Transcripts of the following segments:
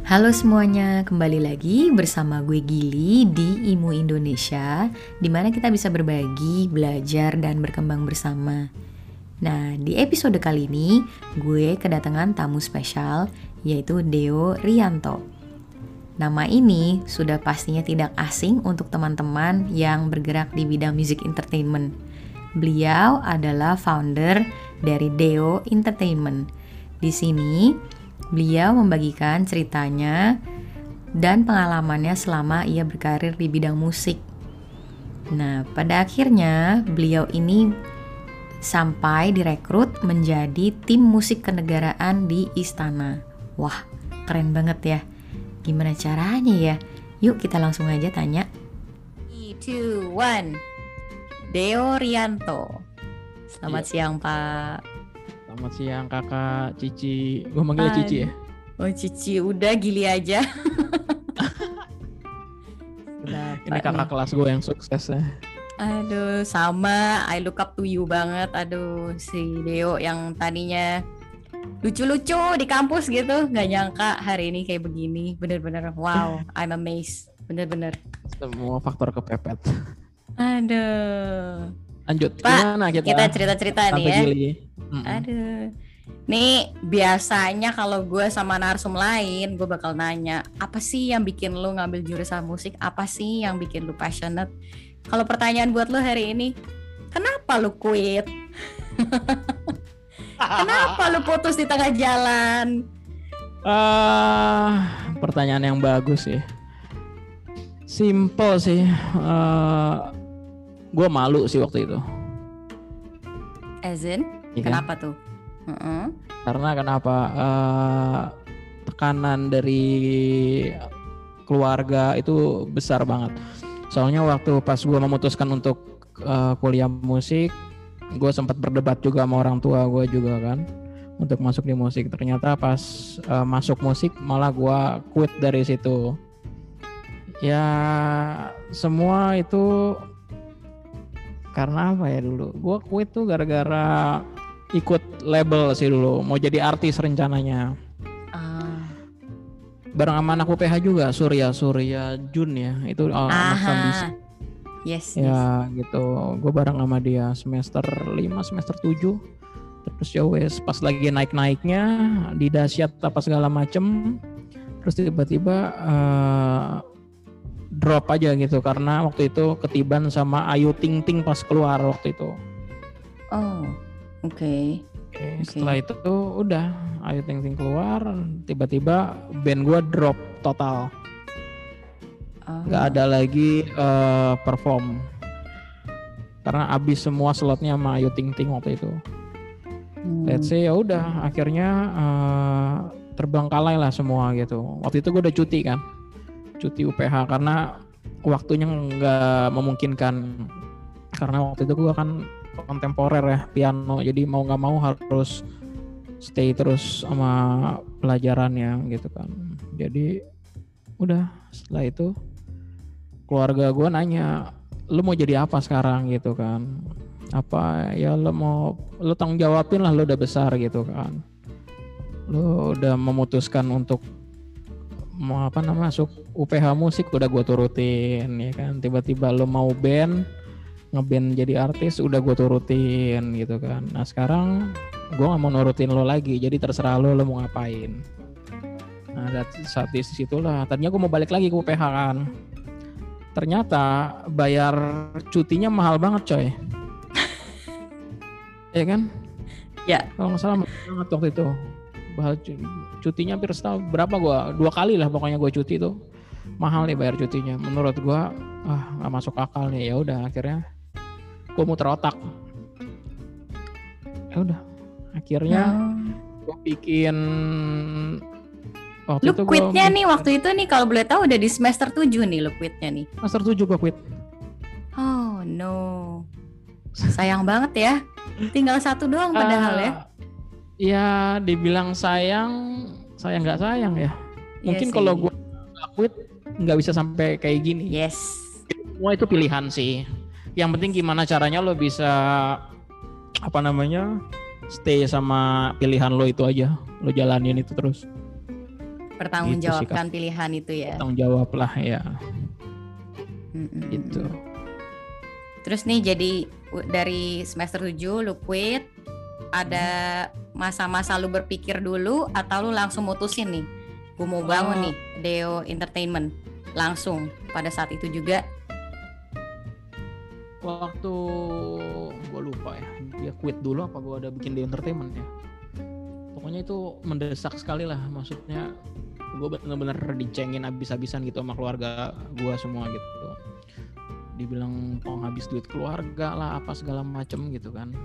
Halo semuanya, kembali lagi bersama gue Gili di IMU Indonesia, di mana kita bisa berbagi, belajar, dan berkembang bersama. Nah, di episode kali ini gue kedatangan tamu spesial, yaitu Deo Rianto. Nama ini sudah pastinya tidak asing untuk teman-teman yang bergerak di bidang music entertainment. Beliau adalah founder dari Deo Entertainment. Di sini beliau membagikan ceritanya dan pengalamannya selama ia berkarir di bidang musik. Nah, pada akhirnya beliau ini sampai direkrut menjadi tim musik kenegaraan di Istana. Wah, keren banget ya. Gimana caranya ya? Yuk kita langsung aja tanya. 3, 2, 1. Deo Rianto. Selamat siang, Pak. Selamat siang kakak Cici. Gue manggilnya Cici ya? Oh Cici, udah Gili aja. Ini kakak kelas gue yang sukses ya. Aduh, sama. I look up to you banget. Aduh, si Deo yang tadinya lucu-lucu di kampus gitu, gak nyangka hari ini kayak begini. Bener-bener, wow, I'm amazed. Bener-bener. Semua faktor kepepet. Aduh. Lanjut, Pak, gimana kita cerita-cerita nih ya. Gili. Aduh. Nih biasanya kalau gue sama narsum lain, gue bakal nanya, apa sih yang bikin lu ngambil jurusan musik? Apa sih yang bikin lu passionate? Kalau pertanyaan buat lu hari ini, kenapa lu quit? Kenapa lu putus di tengah jalan? Pertanyaan yang bagus sih. Simple sih. Gue malu sih waktu itu. As in? Kenapa tuh? Karena kenapa? Tekanan dari keluarga itu besar banget. Soalnya waktu pas gue memutuskan untuk kuliah musik, gue sempat berdebat juga sama orang tua gue juga kan untuk masuk di musik. Ternyata pas masuk musik malah gue quit dari situ. Ya semua itu karena apa ya dulu? Gue quit tuh gara-gara ikut label sih dulu. Mau jadi artis rencananya. Bareng sama anak UPH juga, Surya Jun ya. Itu anak kondisi. Yes. Gitu. Gue bareng sama dia semester 5, semester 7. Terus ya wes pas lagi naik-naiknya di dahsyat apa segala macem. Terus tiba-tiba drop aja gitu karena waktu itu ketiban sama Ayu Ting Ting pas keluar waktu itu. Oh, oke. Setelah itu udah Ayu Ting Ting keluar, tiba-tiba band gue drop total. Gak ada lagi perform karena abis semua slotnya sama Ayu Ting Ting waktu itu. Let's say ya udah akhirnya terbengkalai lah semua gitu. Waktu itu gue udah cuti UPH karena waktunya nggak memungkinkan karena waktu itu gue kan kontemporer ya piano, jadi mau nggak mau harus stay terus sama pelajarannya gitu kan. Jadi udah setelah itu keluarga gue nanya, lu mau jadi apa sekarang gitu kan? Apa ya lu tanggung jawabin lah, lu udah besar gitu kan. Lu udah memutuskan untuk masuk UPH musik udah gue turutin ya kan. Tiba-tiba lo mau ngeband jadi artis udah gue turutin gitu kan. Nah sekarang gue nggak mau nurutin lo lagi, jadi terserah lo mau ngapain. Nah saat di situlah tadinya gue mau balik lagi ke UPH kan, ternyata bayar cutinya mahal banget coy. Ya kan ya kalau nggak salah mahal banget waktu itu. Cutinya hampir setahun berapa gue 2 kali lah pokoknya gue cuti tuh, mahal nih bayar cutinya. Menurut gue nggak masuk akal nih. Ya udah akhirnya gue muter otak. Ya udah akhirnya gue bikin lu quitnya nih waktu itu nih kalau boleh tahu udah di semester 7 nih lu quitnya nih. Semester 7 gue quit. Oh no, sayang banget ya, tinggal 1 doang padahal ya. Ya dibilang sayang nggak sayang ya. Mungkin kalau gue nggak quit nggak bisa sampai kayak gini. Yes. Semua itu pilihan sih. Yang penting gimana caranya lo bisa stay sama pilihan lo itu aja. Lo jalanin itu terus. Bertanggungjawabkan pilihan itu ya. Tanggung jawab lah ya. Gitu. Terus nih jadi dari semester 7 lu quit, ada masa-masa lu berpikir dulu atau lu langsung mutusin nih, gue mau bangun nih Deo Entertainment langsung pada saat itu juga? Waktu gue lupa ya, dia quit dulu apa gue udah bikin Deo Entertainment ya. Pokoknya itu mendesak sekali lah, maksudnya gue bener-bener dicengin abis-abisan gitu sama keluarga gue semua gitu. Dibilang habis duit keluarga lah apa segala macem gitu kan.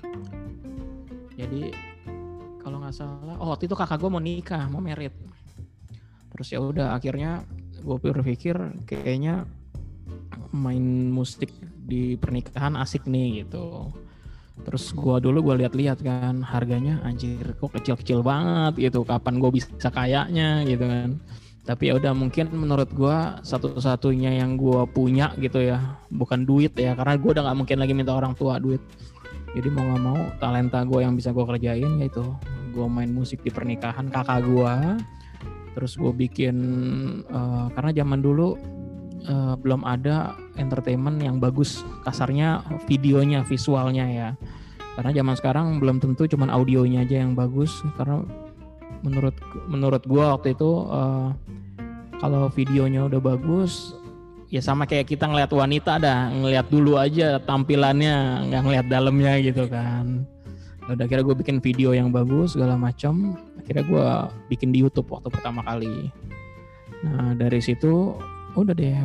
Jadi kalau nggak salah, waktu itu kakak gue mau nikah, mau merit. Terus ya udah akhirnya gue berpikir kayaknya main musik di pernikahan asik nih gitu. Terus gue lihat-lihat kan harganya anjir kok kecil-kecil banget gitu. Kapan gue bisa kayaknya gitu kan. Tapi ya udah mungkin menurut gue satu-satunya yang gue punya gitu ya, bukan duit ya, karena gue udah nggak mungkin lagi minta orang tua duit. Jadi mau nggak mau talenta gue yang bisa gue kerjain yaitu gue main musik di pernikahan kakak gue. Terus gue bikin karena zaman dulu belum ada entertainment yang bagus, kasarnya videonya, visualnya ya. Karena zaman sekarang belum tentu cuman audionya aja yang bagus. Karena menurut gue waktu itu kalau videonya udah bagus, ya sama kayak kita ngeliat wanita ngeliat dulu aja tampilannya, nggak ngeliat dalamnya gitu kan. Udah akhirnya gue bikin video yang bagus segala macam. Akhirnya gue bikin di YouTube waktu pertama kali. Nah dari situ udah deh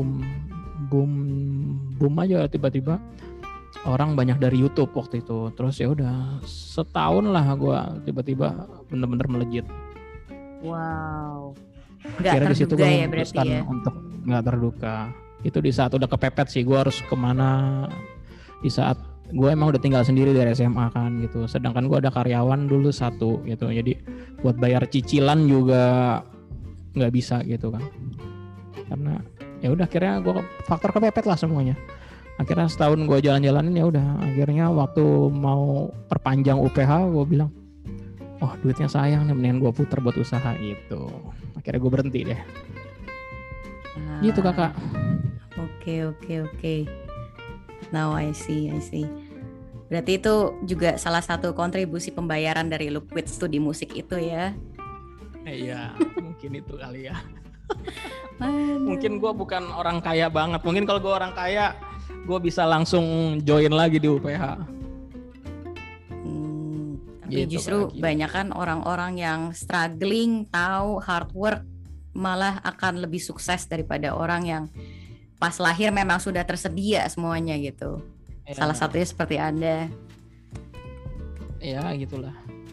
boom aja tiba-tiba orang banyak dari YouTube waktu itu. Terus ya udah setahun lah gue tiba-tiba bener-bener melejit. Wow. Akhirnya di situ gue memutuskan untuk nggak terduga. Itu di saat udah kepepet sih gue harus kemana. Di saat gue emang udah tinggal sendiri dari SMA kan gitu. Sedangkan gue ada karyawan dulu 1 gitu. Jadi buat bayar cicilan juga nggak bisa gitu kan. Karena ya udah akhirnya gue faktor kepepet lah semuanya. Akhirnya setahun gue jalan-jalanin ya udah. Akhirnya waktu mau perpanjang UPH gue bilang, oh duitnya sayang nih, mendingan gue putar buat usaha gitu. Akhirnya gue berhenti deh. Gitu kakak. Oke. Now I see. Berarti itu juga salah satu kontribusi pembayaran dari lu quit studi musik itu ya? Iya, mungkin itu kali ya. Mungkin gue bukan orang kaya banget. Mungkin kalau gue orang kaya, gue bisa langsung join lagi di UPH. Tapi gitu, justru banyak kan orang-orang yang struggling, tahu hard work, malah akan lebih sukses daripada orang yang pas lahir memang sudah tersedia semuanya gitu. Ya. Salah satunya seperti Anda. Ya gitulah.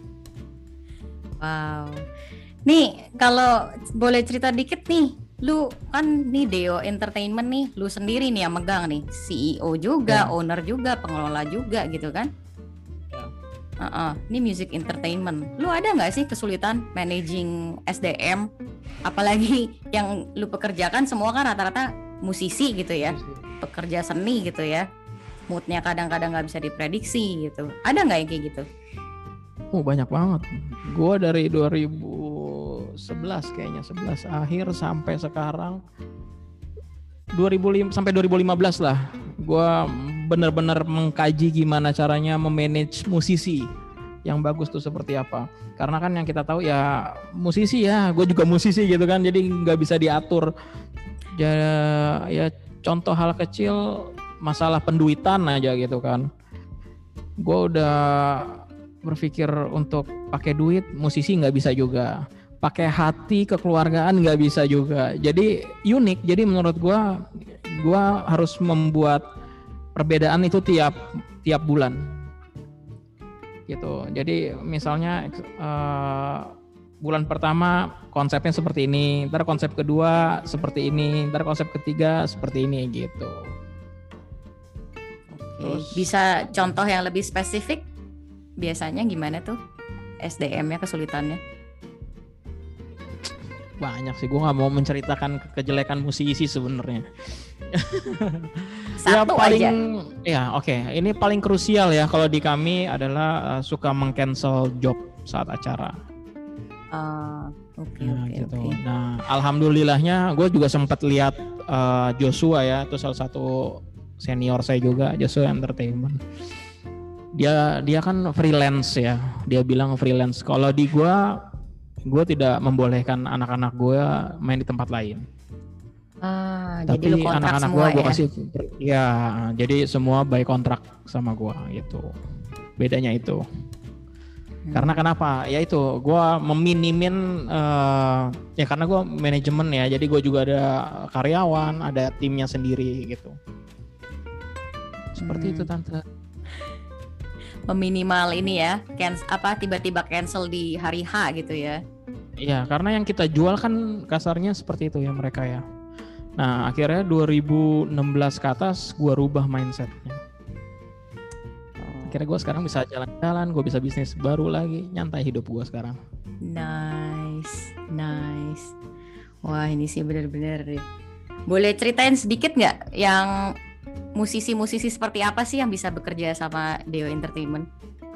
Wow. Nih kalau boleh cerita dikit nih, lu kan nih Deo Entertainment nih, lu sendiri nih yang megang nih, CEO juga, owner juga, pengelola juga gitu kan? Ini music entertainment. Lu ada nggak sih kesulitan managing SDM? Apalagi yang lu pekerjakan semua kan rata-rata musisi gitu ya, pekerja seni gitu ya. Moodnya kadang-kadang nggak bisa diprediksi gitu. Ada nggak yang kayak gitu? Banyak banget. Gue dari 2011 kayaknya, 11 akhir sampai sekarang 2005 sampai 2015 lah. Gue benar-benar mengkaji gimana caranya memanage musisi yang bagus tuh seperti apa. Karena kan yang kita tahu ya musisi ya, gue juga musisi gitu kan, jadi nggak bisa diatur. Ya contoh hal kecil masalah penduitan aja gitu kan. Gue udah berpikir untuk pakai duit, musisi nggak bisa juga. Pakai hati kekeluargaan nggak bisa juga. Jadi unik. Jadi menurut gue harus membuat perbedaan itu tiap bulan gitu. Jadi misalnya bulan pertama konsepnya seperti ini, ntar konsep kedua seperti ini, ntar konsep ketiga seperti ini gitu. Terus, bisa contoh yang lebih spesifik? Biasanya gimana tuh SDM-nya kesulitannya? Banyak sih, gue nggak mau menceritakan kejelekan musisi sebenarnya. Satu ya, paling, aja. Ya oke. Ini paling krusial ya kalau di kami adalah suka meng-cancel job saat acara. Oke, Nah, oke, gitu. oke. Nah, alhamdulillahnya gue juga sempat lihat Joshua ya, itu salah satu senior saya juga, Joshua Entertainment. Dia kan freelance ya. Dia bilang freelance. Kalau di gue tidak membolehkan anak-anak gue main di tempat lain. Jadi lu Tapi kontrak anak-anak gue semua ya? kasih, ya, jadi semua by kontrak sama gue gitu. Bedanya itu. Karena kenapa? Ya itu, gue meminimin, ya karena gue manajemen ya, jadi gue juga ada karyawan, ada timnya sendiri gitu. Seperti itu tante. Meminimal ini ya, tiba-tiba cancel di hari H gitu ya? Iya, karena yang kita jual kan kasarnya seperti itu ya mereka ya. Nah akhirnya 2016 ke atas gue rubah mindsetnya. Akhirnya gue sekarang bisa jalan-jalan, gue bisa bisnis baru lagi, nyantai hidup gue sekarang. Nice. Wah ini sih benar-benar. Boleh ceritain sedikit nggak yang musisi-musisi seperti apa sih yang bisa bekerja sama Deo Entertainment?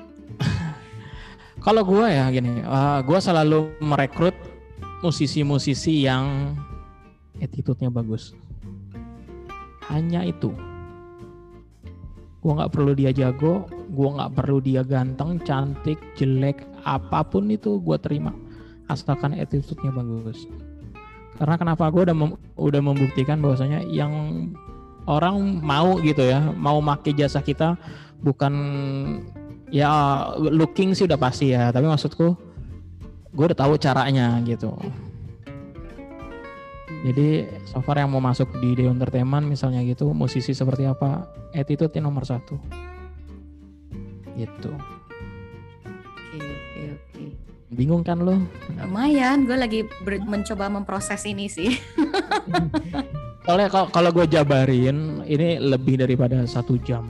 Kalau gue ya gini, gue selalu merekrut musisi-musisi yang attitude-nya bagus. Hanya itu. Gue nggak perlu dia jago, gue nggak perlu dia ganteng, cantik, jelek, apapun itu gue terima, asalkan attitude-nya bagus. Karena kenapa? Gue udah membuktikan bahwasanya yang orang mau gitu ya, mau pakai jasa kita bukan ya looking sih udah pasti ya, tapi maksudku gue udah tahu caranya gitu. Jadi so far yang mau masuk di Deo Entertainment misalnya gitu, musisi seperti apa, attitude nomor 1 gitu. Oke. Bingung kan lo? Lumayan, gue lagi mencoba memproses ini sih. Soalnya kalau gue jabarin ini lebih daripada 1 jam.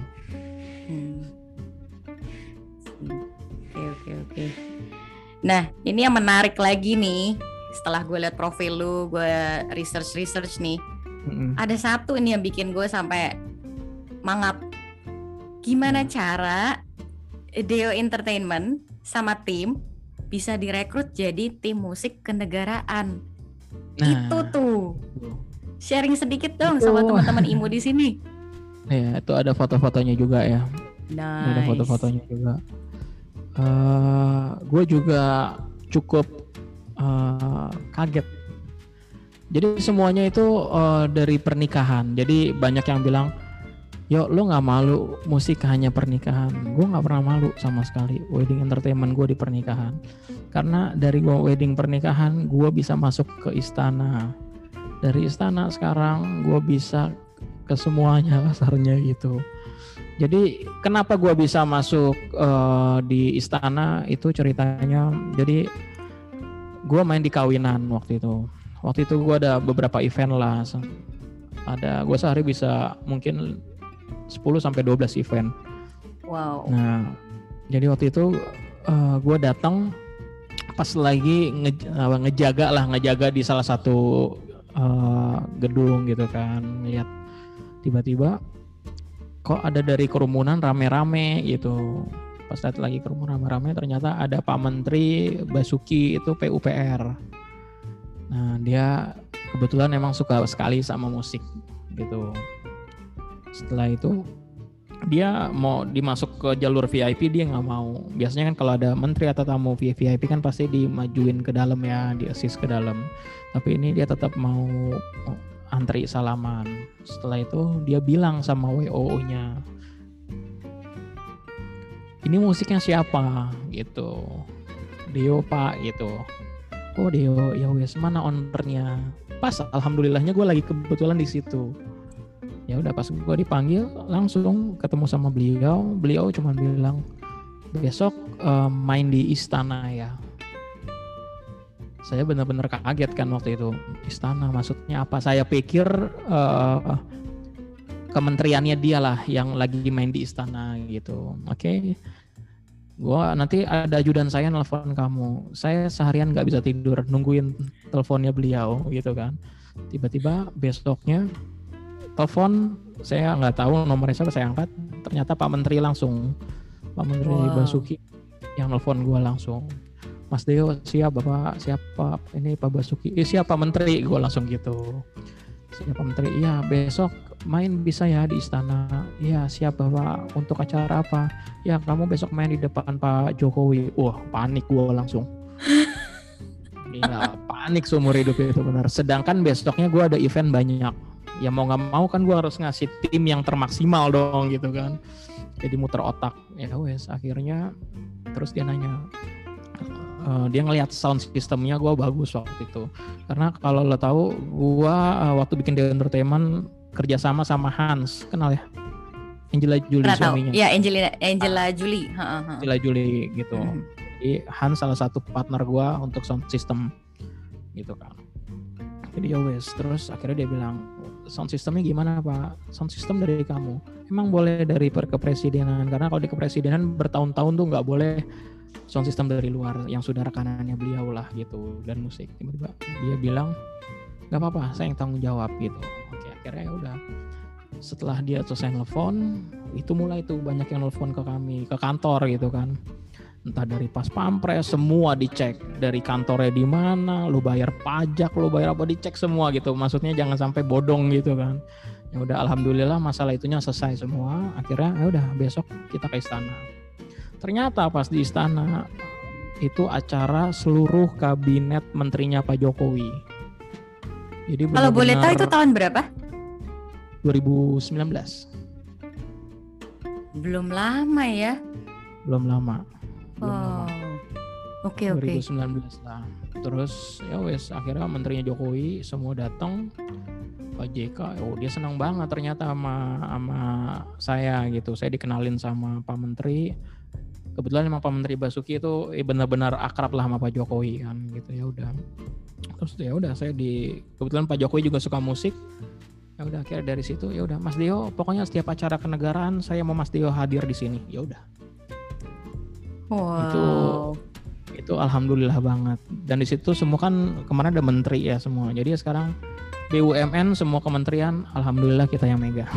Oke. Nah ini yang menarik lagi nih. Setelah gue liat profil lu, gue research nih, ada satu ini yang bikin gue sampai mangap. Gimana cara Deo Entertainment sama tim bisa direkrut jadi tim musik kenegaraan? Nah, itu tuh. Sharing sedikit dong sama teman-teman IMU di sini. Ya, itu ada foto-fotonya juga ya. Nice. Ada foto-fotonya juga. Gue juga cukup kaget. Jadi semuanya itu dari pernikahan. Jadi banyak yang bilang, yo lo nggak malu musik hanya pernikahan? Gue nggak pernah malu sama sekali wedding entertainment gue di pernikahan. Karena dari gue wedding pernikahan, gue bisa masuk ke istana. Dari istana sekarang gue bisa ke semuanya kasarnya gitu. Jadi kenapa gue bisa masuk di istana itu ceritanya. Jadi gue main di kawinan waktu itu. Waktu itu gue ada beberapa event lah. Gue sehari bisa mungkin 10-12 event. Wow. Nah, jadi waktu itu gue datang pas lagi ngejaga di salah satu gedung gitu kan. Lihat tiba-tiba kok ada dari kerumunan rame-rame gitu. Pas lihat lagi kerumunan rame-rame ternyata ada Pak Menteri Basuki itu PUPR. Nah dia kebetulan emang suka sekali sama musik gitu. Setelah itu dia mau dimasuk ke jalur VIP, dia nggak mau. Biasanya kan kalau ada menteri atau tamu VIP kan pasti dimajuin ke dalam ya, di-assist ke dalam. Tapi ini dia tetap mau antri salaman. Setelah itu dia bilang sama WOO-nya, ini musiknya siapa gitu. Deo pak gitu. Oh Deo, ya wes, mana ownernya? Pas alhamdulillahnya gue lagi kebetulan di situ. Ya udah pas gue dipanggil langsung ketemu sama beliau cuma bilang besok main di istana ya. Saya benar-benar kaget kan waktu itu, istana maksudnya apa? Saya pikir kementeriannya dia lah yang lagi main di istana gitu. Oke. Gua nanti ada ajudan saya nelfon kamu. Saya seharian nggak bisa tidur nungguin teleponnya beliau gitu kan. Tiba-tiba besoknya telepon, saya nggak tahu nomornya siapa, saya angkat. Ternyata Pak Menteri langsung, Pak Menteri Basuki yang nelfon gue langsung. Mas Deo siap Bapak, siapa ini Pak Basuki, siapa Menteri, gue langsung gitu. Siapa Menteri, iya besok main bisa ya di istana, iya siap Bapak, untuk acara apa, ya kamu besok main di depan Pak Jokowi. Wah panik gue langsung. Gila, panik seumur hidup itu benar. Sedangkan besoknya gue ada event banyak, ya mau nggak mau kan gue harus ngasih tim yang termaksimal dong gitu kan. Jadi muter otak, ya wes akhirnya terus dia nanya. Dia ngelihat sound systemnya gue bagus waktu itu, karena kalau lo tahu gue waktu bikin The Entertainment kerjasama sama Hans, kenal ya, Angela Julie suaminya. Ya Angela Julie. Angela Julie gitu. Jadi Hans salah satu partner gue untuk sound system gitu kan. Jadi ya wes, terus akhirnya dia bilang sound systemnya gimana Pak? Sound system dari kamu. Emang boleh dari kepresidenan, karena kalau di kepresidenan bertahun-tahun tuh nggak boleh sound system dari luar, yang sudah rekanannya beliau lah gitu, dan musik. Tiba-tiba dia bilang nggak apa-apa, saya yang tanggung jawab gitu. Oke, akhirnya ya udah. Setelah dia selesai nelfon, itu mulai tuh banyak yang nelfon ke kami, ke kantor gitu kan. Entah dari pas pampres, semua dicek, dari kantornya di mana, lu bayar pajak, lu bayar apa, dicek semua gitu. Maksudnya jangan sampai bodong gitu kan. Ya udah, alhamdulillah masalah itunya selesai semua. Akhirnya ya udah, besok kita ke istana. Ternyata pas di istana itu acara seluruh kabinet menterinya Pak Jokowi. Jadi kalau boleh tahu itu tahun berapa? 2019. Belum lama ya? Belum lama. Oke. 2019 lah. Terus ya wes akhirnya menterinya Jokowi semua datang. Pak JK, dia senang banget ternyata sama saya gitu. Saya dikenalin sama Pak Menteri. Kebetulan emang Pak Menteri Basuki itu benar-benar akrab lah sama Pak Jokowi kan gitu. Ya udah. Terus ya udah saya kebetulan Pak Jokowi juga suka musik. Ya udah, akhirnya dari situ ya udah Mas Deo, pokoknya setiap acara kenegaraan saya mau Mas Deo hadir di sini. Ya udah. Wow. Itu alhamdulillah banget. Dan di situ semua kan kemarin ada menteri ya semua. Jadi ya sekarang BUMN semua kementerian alhamdulillah kita yang megang.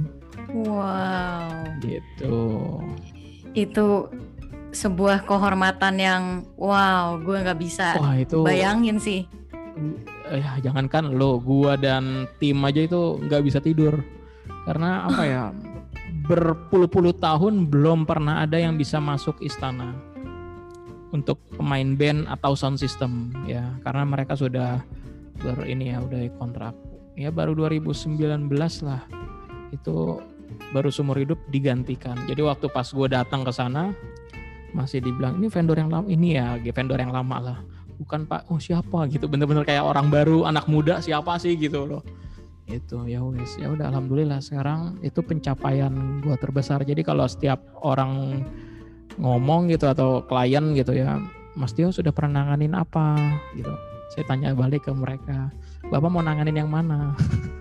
Wow. Gitu. Itu sebuah kehormatan yang wow, gue nggak bisa bayangin sih. Ya jangankan lo, gue dan tim aja itu nggak bisa tidur karena apa ya, berpuluh-puluh tahun belum pernah ada yang bisa masuk istana untuk pemain band atau sound system ya, karena mereka sudah udah kontrak ya, baru 2019 lah itu baru seumur hidup digantikan. Jadi waktu pas gue datang ke sana masih dibilang ini vendor yang lama, ini ya vendor yang lama lah, bukan Pak, oh siapa gitu, bener-bener kayak orang baru, anak muda siapa sih gitu loh. Itu ya wes, ya udah alhamdulillah sekarang itu pencapaian gue terbesar. Jadi kalau setiap orang ngomong gitu atau klien gitu ya, Mas Tio sudah pernah nanganin apa gitu, saya tanya balik ke mereka, Bapak mau nanganin yang mana?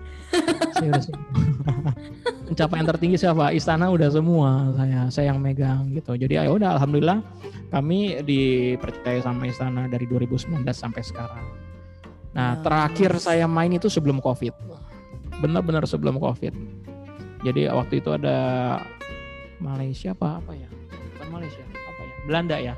Pencapaian tertinggi siapa? Istana udah semua, saya yang megang gitu. Jadi ya udah alhamdulillah kami dipercaya sama istana dari 2019 sampai sekarang. Nah, terakhir saya main itu sebelum Covid. Benar-benar sebelum Covid. Jadi waktu itu ada Malaysia apa ya? Bukan Malaysia, apa ya? Belanda ya.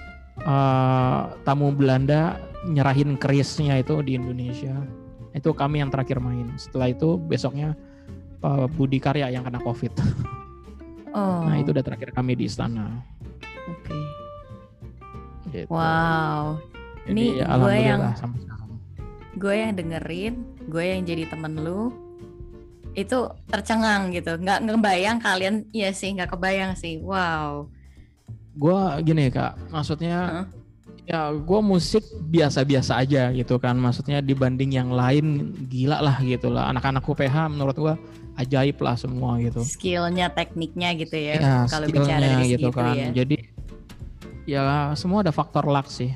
Tamu Belanda nyerahin kerisnya itu di Indonesia. Itu kami yang terakhir main. Setelah itu besoknya Pak Budi Karya yang kena Covid. Nah itu udah terakhir kami di istana. Oke. Gitu. Wow. Jadi, ini ya, gue yang dengerin, gue yang jadi temen lu, itu tercengang gitu. Nggak ngebayang kalian, iya sih nggak kebayang sih. Wow. Gue gini Kak, maksudnya ya gue musik biasa-biasa aja gitu kan, maksudnya dibanding yang lain gila lah gitu lah. Anak-anak UPH menurut gue ajaib lah semua gitu. Skillnya, tekniknya gitu ya kalau bicara dari gitu kan ya. Jadi ya semua ada faktor luck sih.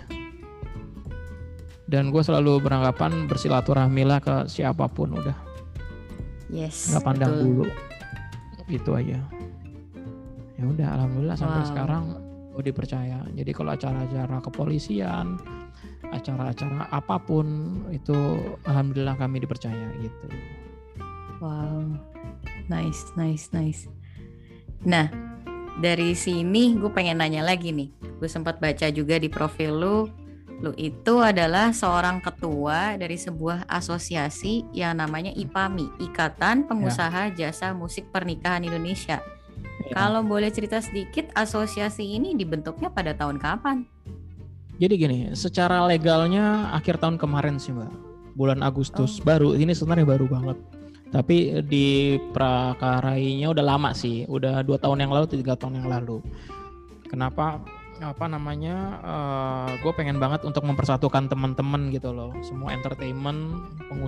Dan gue selalu beranggapan bersilaturahmilah ke siapapun udah. Yes. Nggak pandang dulu. Itu aja. Ya udah alhamdulillah sampai sekarang gue dipercaya. Jadi kalau acara-acara kepolisian, acara-acara apapun itu alhamdulillah kami dipercaya gitu. Wow. Nice. Nah, dari sini gue pengen nanya lagi nih. Gue sempat baca juga di profil lu. Lu itu adalah seorang ketua dari sebuah asosiasi yang namanya IPAMI, Ikatan Ya, Pengusaha Jasa Musik Pernikahan Indonesia. ya. Kalau boleh cerita sedikit, asosiasi ini dibentuknya pada tahun kapan? Jadi gini, secara legalnya akhir tahun kemarin sih Mbak, bulan Agustus Oh, baru. Ini sebenarnya baru banget. Tapi di prakarainya udah lama sih, udah 2 tahun yang lalu, 3 tahun yang lalu. Kenapa? Apa namanya? Gue pengen banget untuk mempersatukan teman-teman gitu loh, semua entertainment,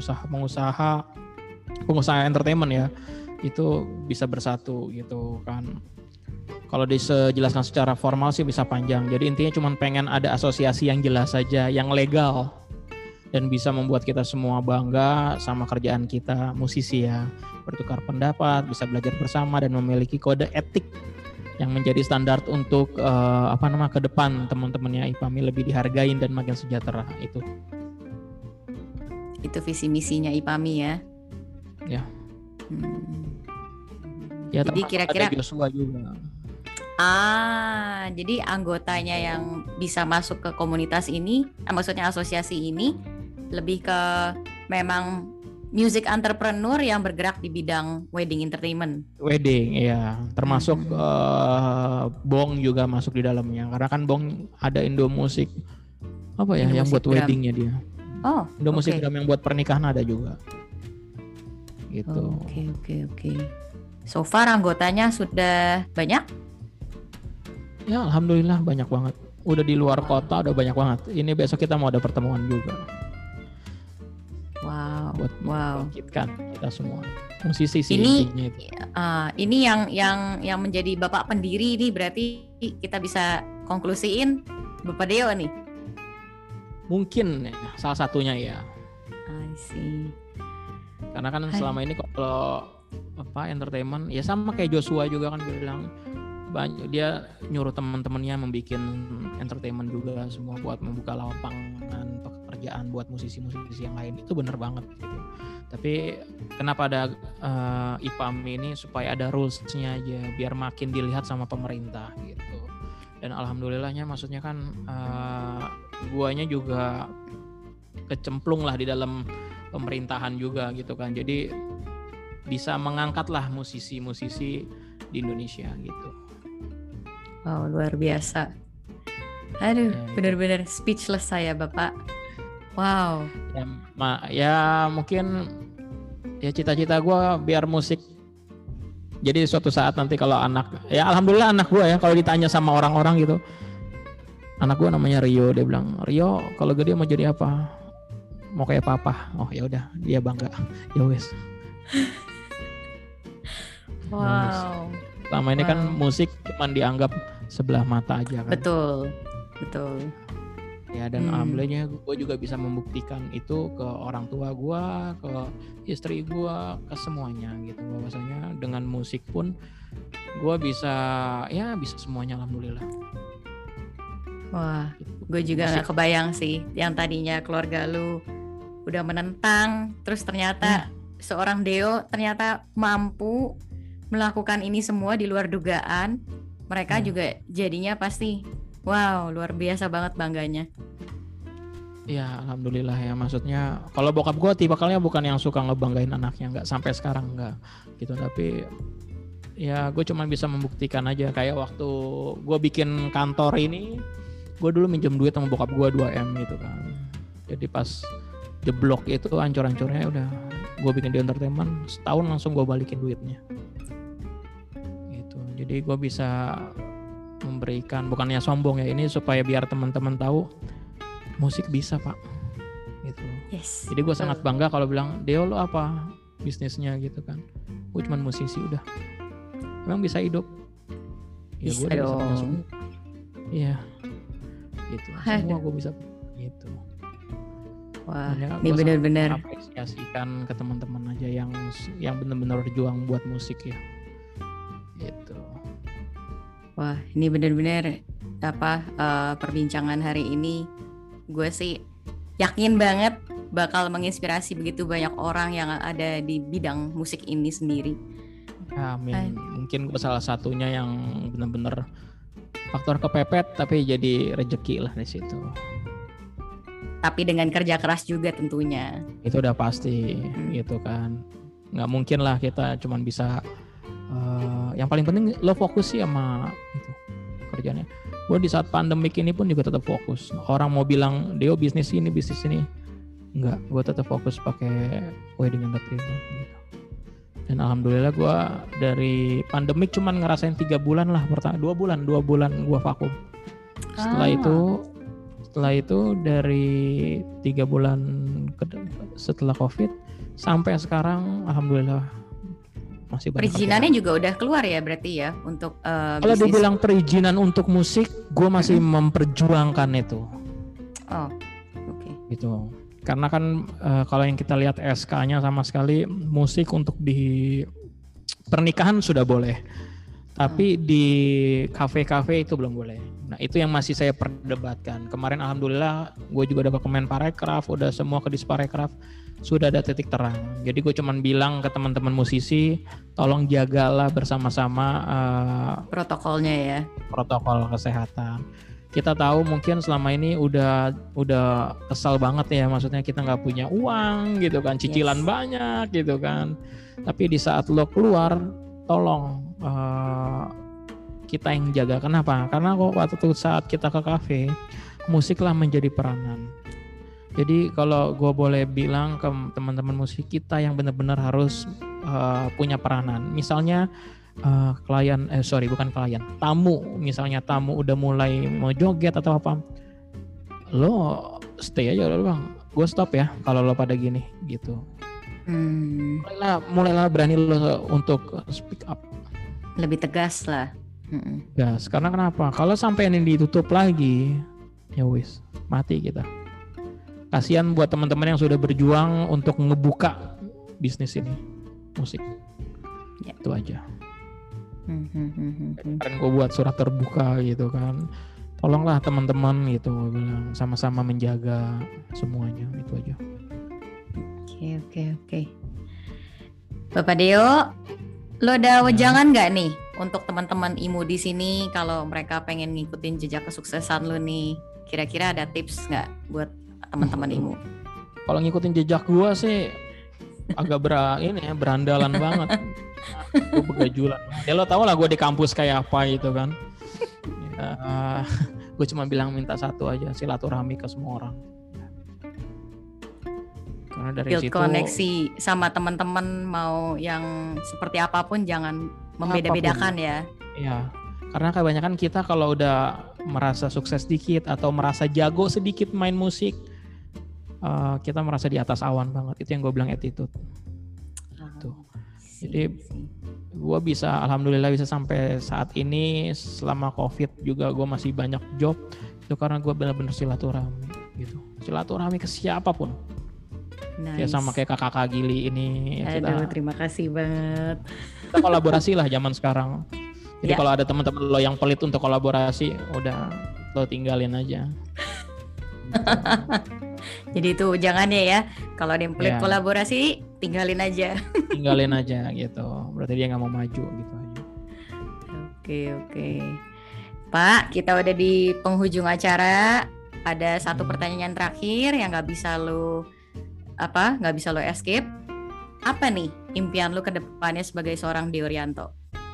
pengusaha entertainment ya, itu bisa bersatu gitu kan. Kalau dijelaskan secara formal sih bisa panjang. Jadi intinya cuma pengen ada asosiasi yang jelas saja, yang legal dan bisa membuat kita semua bangga sama kerjaan kita musisi ya. Bertukar pendapat, bisa belajar bersama dan memiliki kode etik yang menjadi standar untuk ke depan teman-temannya IPAMI lebih dihargain dan makin sejahtera itu. itu visi misinya IPAMI ya. Ya. Hmm. Ya Jadi termasuk kira-kira ada Joshua juga. jadi anggotanya yang bisa masuk ke komunitas ini, maksudnya asosiasi ini, lebih ke memang music entrepreneur yang bergerak di bidang wedding entertainment. Wedding, ya. Termasuk Hmm. Bong juga masuk di dalamnya. Karena kan Bong ada Indo Musik apa ya Indo yang Musik buat Drum. weddingnya dia. Oh, Indo Musik oke. Drum yang buat pernikahan ada juga. Gitu. Oke. So far anggotanya sudah banyak? Ya alhamdulillah banyak banget. Udah di luar Wow. kota udah banyak banget. Ini besok kita mau ada pertemuan juga Wow. buat membangkitkan kita semua. Musisi sih Ini intinya itu. ini yang menjadi bapak pendiri ini berarti kita bisa konklusiin Bapak Deo nih. Mungkin ya, salah satunya ya. I see. Karena kan Hai. selama ini kalau entertainment ya sama kayak Joshua juga kan bilang banyak dia nyuruh teman-temannya membuat entertainment juga semua buat membuka lapangan pekerjaan buat musisi-musisi yang lain itu bener banget gitu. Tapi kenapa ada IPAMI ini supaya ada rules-nya aja biar makin dilihat sama pemerintah gitu. Dan alhamdulillahnya maksudnya kan guanya juga kecemplung lah di dalam pemerintahan juga gitu kan. Jadi bisa mengangkat lah musisi-musisi di Indonesia gitu. Wow, luar biasa. Aduh, Ya, benar-benar speechless saya, Bapak. Wow. ya mungkin ya cita-cita gue biar musik. Jadi suatu saat nanti kalau ya alhamdulillah anak gue ya kalau ditanya sama orang-orang gitu, anak gue namanya Rio, dia bilang Rio kalau gede mau jadi apa? Mau kayak papa. Oh ya udah, dia bangga. Ya wes. Wow. Selama ini kan musik cuman dianggap sebelah mata aja kan. Betul. Ya dan alhamdulillahnya gue juga bisa membuktikan itu ke orang tua gue, ke istri gue, ke semuanya gitu. Bahwasanya dengan musik pun gue bisa semuanya alhamdulillah. Wah, gue juga gak kebayang sih yang tadinya keluarga lu udah menentang, terus ternyata seorang Deo ternyata mampu melakukan ini semua di luar dugaan. Mereka juga jadinya pasti wow, luar biasa banget bangganya. Ya alhamdulillah ya, maksudnya kalau bokap gue tipikalnya bukan yang suka ngebanggain anaknya, nggak sampai sekarang nggak gitu, tapi ya gue cuma bisa membuktikan aja kayak waktu gue bikin kantor ini, gue dulu minjem duit sama bokap gue 2M gitu kan, jadi pas jeblok itu hancur-hancurnya udah gue bikin di entertainment, setahun langsung gue balikin duitnya gitu. Jadi gue bisa memberikan, bukannya sombong ya, ini supaya biar teman-teman tahu musik bisa pak gitu. Yes. Jadi gue sangat bangga kalau bilang Deo lo apa bisnisnya gitu kan, gue cuma musisi udah, emang bisa hidup ya, bisa gue dong. bisa semua iya gitu, semua gue bisa gitu. Wah, makanya ini benar-benar apresiasikan ke teman-teman aja yang benar-benar berjuang buat musik ya gitu. Wah, ini benar-benar perbincangan hari ini gue sih yakin banget bakal menginspirasi begitu banyak orang yang ada di bidang musik ini sendiri. Amin. Mungkin gue salah satunya yang benar-benar faktor kepepet tapi jadi rezeki lah di situ. Tapi dengan kerja keras juga tentunya. Itu udah pasti gitu kan. Nggak mungkin lah kita cuman bisa yang paling penting lo fokus sih sama itu kerjanya. Gue di saat pandemik ini pun juga tetap fokus. Orang mau bilang Deo bisnis ini, enggak, gue tetap fokus pakai wedding entertainment gitu. Dan alhamdulillah gue dari pandemik cuman ngerasain 3 bulan lah, 2 bulan gue vakum. Setelah itu dari 3 bulan setelah COVID sampai sekarang alhamdulillah masih banyak. Perizinannya juga udah keluar ya berarti ya untuk kalau dibilang perizinan untuk musik, gue masih memperjuangkan itu. Oh, oke. Gitu. Karena kan kalau yang kita lihat SK-nya sama sekali musik untuk di pernikahan sudah boleh, tapi di kafe-kafe itu belum boleh. Nah itu yang masih saya perdebatkan. Kemarin alhamdulillah gue juga dapat Kemenparekraf, udah semua ke Disparekraf sudah ada titik terang. Jadi gue cuman bilang ke teman-teman musisi, tolong jagalah bersama-sama protokolnya ya. Protokol kesehatan. Kita tahu mungkin selama ini udah kesal banget ya, maksudnya kita nggak punya uang gitu kan, cicilan banyak gitu kan. Tapi di saat lo keluar, tolong kita yang jaga. Kenapa? Karena kok waktu saat kita ke kafe, musiklah menjadi peranan. Jadi kalau gue boleh bilang ke teman-teman musik, kita yang benar-benar harus punya peranan. Misalnya tamu, misalnya tamu udah mulai mau joget atau apa, lo stay aja lo bang, gue stop ya kalau lo pada gini gitu. Mulailah berani lo untuk speak up, lebih tegas lah. Gas, karena kenapa? Kalau sampai ini ditutup lagi, ya wis mati kita. Kasihan buat teman-teman yang sudah berjuang untuk ngebuka bisnis ini musik. Ya. Itu aja. Kemarin gue buat surat terbuka gitu kan. Tolonglah teman-teman gitu, gue bilang sama-sama menjaga semuanya, itu aja. Oke. Bapak Deo, lo ada wejangan nggak nih untuk teman-teman IMU di sini kalau mereka pengen ngikutin jejak kesuksesan lo nih? Kira-kira ada tips nggak buat teman-teman IMU? Kalau ngikutin jejak gue sih agak berandalan banget. Gue begajulan. Ya lo tau lah gue di kampus kayak apa gitu kan. Gue cuma bilang minta satu aja, silaturahmi ke semua orang. Karena dari build situ koneksi sama teman-teman, mau yang seperti apapun jangan membeda-bedakan ya. Iya. Karena kebanyakan kita kalau udah merasa sukses dikit atau merasa jago sedikit main musik, kita merasa di atas awan banget. Itu yang gue bilang attitude. Gitu. Jadi gue alhamdulillah bisa sampai saat ini, selama COVID juga gue masih banyak job. Itu karena gue benar-benar silaturahmi gitu. Silaturahmi ke siapapun. Nice. Ya sama kayak kakak Gili ini. Aduh, terima kasih banget. Kita kolaborasi lah zaman sekarang. Jadi kalau ada teman-teman lo yang pelit untuk kolaborasi, udah lo tinggalin aja. Jadi itu jangan ya. Kalau ada yang pelit kolaborasi, tinggalin aja. Tinggalin aja gitu. Berarti dia nggak mau maju gitu aja. Oke. Pak, kita udah di penghujung acara. Ada satu pertanyaan terakhir yang nggak bisa lo escape. Apa nih impian lo ke depannya sebagai seorang Deo Rianto?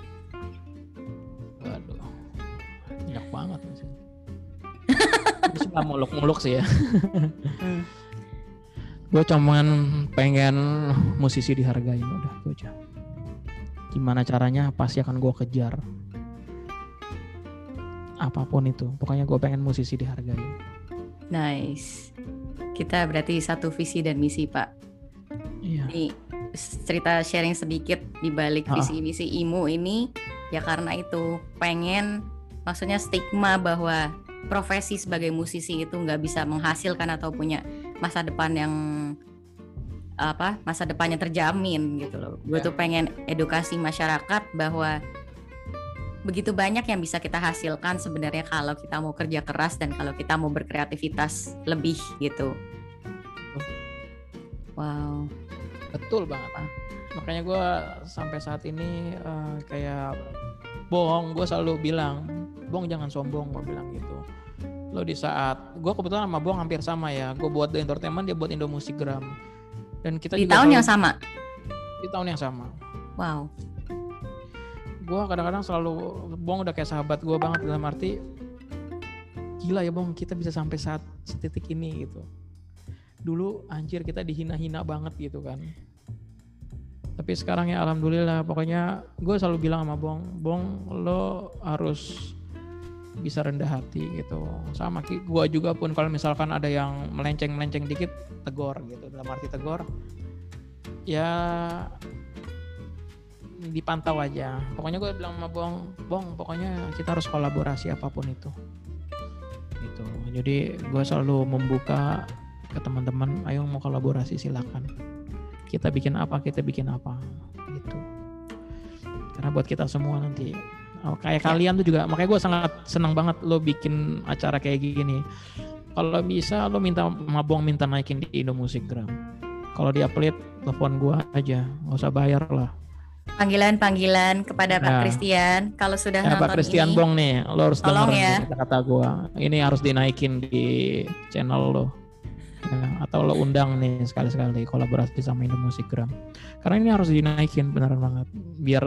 Waduh, banyak banget sih. Gue suka muluk-muluk sih ya. Gue cuman pengen musisi dihargain, udah itu aja. Gimana caranya pasti akan gue kejar. Apapun itu, pokoknya gue pengen musisi dihargain. Nice. Kita berarti satu visi dan misi, Pak. Iya. Nih, cerita sharing sedikit di balik visi misi IMU ini, ya karena itu pengen, maksudnya stigma bahwa profesi sebagai musisi itu nggak bisa menghasilkan atau punya masa depan yang masa depannya terjamin gitu loh. Gue tuh pengen edukasi masyarakat bahwa begitu banyak yang bisa kita hasilkan sebenarnya kalau kita mau kerja keras dan kalau kita mau berkreativitas lebih gitu. Wow. Betul banget. makanya gue sampai saat ini kayak Bong, gue selalu bilang, Bong jangan sombong, gue bilang gitu. Lo di saat gue kebetulan sama Bong hampir sama ya, gue buat The Entertainment, dia buat Indo Musikgram, dan kita di juga tahun yang sama. Di tahun yang sama. Wow. Gue kadang-kadang selalu, Bong udah kayak sahabat gue banget, dalam arti gila ya Bong, kita bisa sampai saat setitik ini gitu. Dulu anjir kita dihina-hina banget gitu kan. Tapi sekarang ya alhamdulillah, pokoknya gue selalu bilang sama Bong lo harus bisa rendah hati gitu. Sama gue juga pun kalau misalkan ada yang melenceng dikit, tegor gitu. Dalam arti tegor, ya dipantau aja. Pokoknya gue bilang sama Bong pokoknya kita harus kolaborasi apapun itu. Gitu. Jadi gue selalu membuka ke teman-teman, ayo mau kolaborasi silakan. Kita bikin apa gitu. Karena buat kita semua nanti kayak kalian tuh juga, makanya gue sangat senang banget lo bikin acara kayak gini. Kalau bisa lo minta Mabong minta naikin di Indo Musikgram. Kalau di upload telepon gue aja, nggak usah bayar lah. Panggilan kepada Pak Christian, kalau sudah nonton Pak Christian ini, Bong nih, lo harus tolong ya. Kata gue, ini harus dinaikin di channel lo. Ya, atau lo undang nih sekali-sekali kolaborasi sama Indo Musikgram, karena ini harus dinaikin beneran banget biar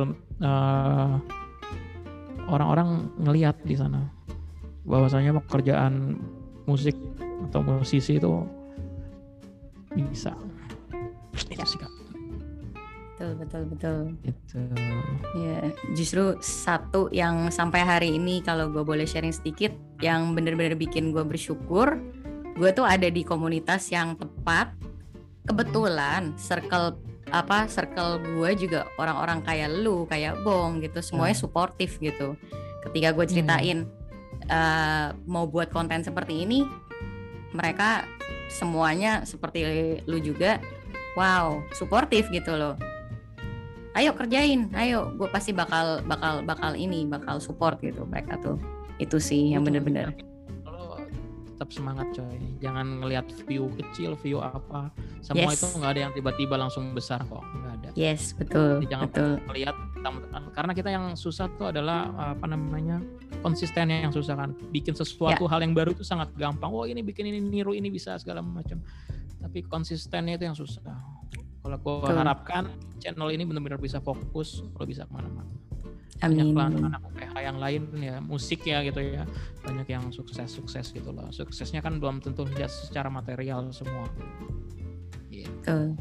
orang-orang ngelihat di sana bahwasanya pekerjaan musik atau musisi itu bisa. Itu sih Kak. Betul. Itu. Ya, justru satu yang sampai hari ini kalau gue boleh sharing sedikit, yang benar-benar bikin gue bersyukur, gue tuh ada di komunitas yang tepat. Kebetulan circle gue juga orang-orang kayak lu, kayak Bong gitu, semuanya suportif gitu. Ketika gue ceritain mau buat konten seperti ini, mereka semuanya seperti lu juga, wow, suportif gitu loh. Ayo kerjain, ayo, gue pasti bakal support gitu mereka tuh. Itu sih yang benar-benar. Tetap semangat coy, jangan ngelihat view kecil, view apa, semua itu nggak ada yang tiba-tiba langsung besar kok, nggak ada. Yes, betul. Jadi jangan melihat, karena kita yang susah tuh adalah konsistennya yang susah kan. Bikin sesuatu hal yang baru itu sangat gampang. Oh ini bikin ini, niru ini bisa segala macam. Tapi konsistennya itu yang susah. Kalau gue harapkan channel ini benar-benar bisa fokus, kalau bisa kemana-mana. Amin. Banyak anak UPH yang lain ya, musik ya gitu ya, banyak yang sukses gitu loh. Suksesnya kan belum tentu lihat secara material semua gitu.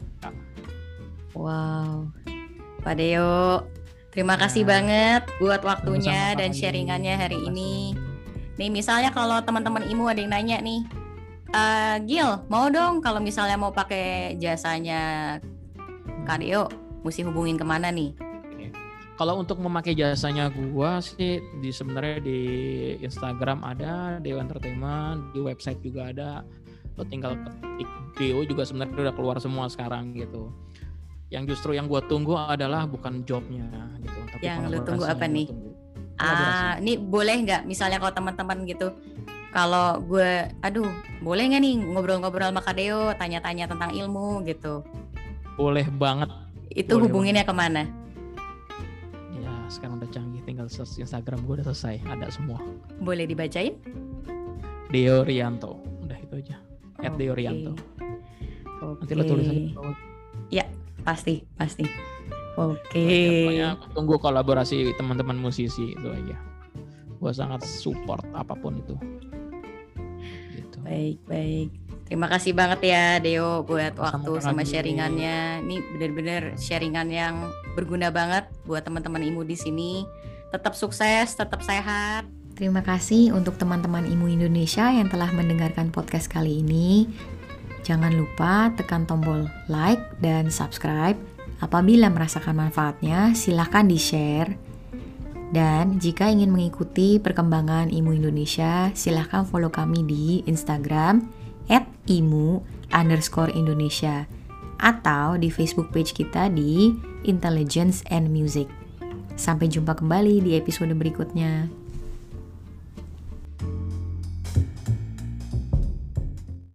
Wow, Pak Deo, terima kasih banget buat waktunya dan sharingannya hari ini. Nih misalnya kalau teman-teman IMU ada yang nanya nih, Gil mau dong kalau misalnya mau pakai jasanya Kak Deo, mesti hubungin kemana nih? Kalau untuk memakai jasanya gua sih sebenarnya di Instagram ada Deo Entertainment, di website juga ada. Lo tinggal ketik Deo juga sebenarnya udah keluar semua sekarang gitu. Yang justru yang gua tunggu adalah bukan jobnya gitu, tapi yang lo tunggu apa nih? Ini boleh nggak misalnya kalau teman-teman gitu, kalau gue, boleh nggak nih ngobrol-ngobrol sama Kak Deo, tanya-tanya tentang ilmu gitu? Boleh banget. Itu boleh hubunginnya banget. Kemana? Sekarang udah canggih, tinggal search Instagram gue udah selesai, ada semua. Boleh dibacain? Deo Rianto, udah itu aja. @Deo Rianto. Nanti lo tulis aja. Ya, pasti. Oke. Pokoknya aku tunggu kolaborasi teman-teman musisi itu aja. Gue sangat support apapun itu. Gitu. Baik. Terima kasih banget ya Deo buat waktu sama sharingannya. Ini benar-benar sharingan yang berguna banget buat teman-teman IMU di sini. Tetap sukses, tetap sehat. Terima kasih untuk teman-teman IMU Indonesia yang telah mendengarkan podcast kali ini. Jangan lupa tekan tombol like dan subscribe. Apabila merasakan manfaatnya, silahkan di-share. Dan jika ingin mengikuti perkembangan IMU Indonesia, silahkan follow kami di Instagram @imu_Indonesia atau di Facebook page kita di Intelligence and Music. Sampai jumpa kembali di episode berikutnya.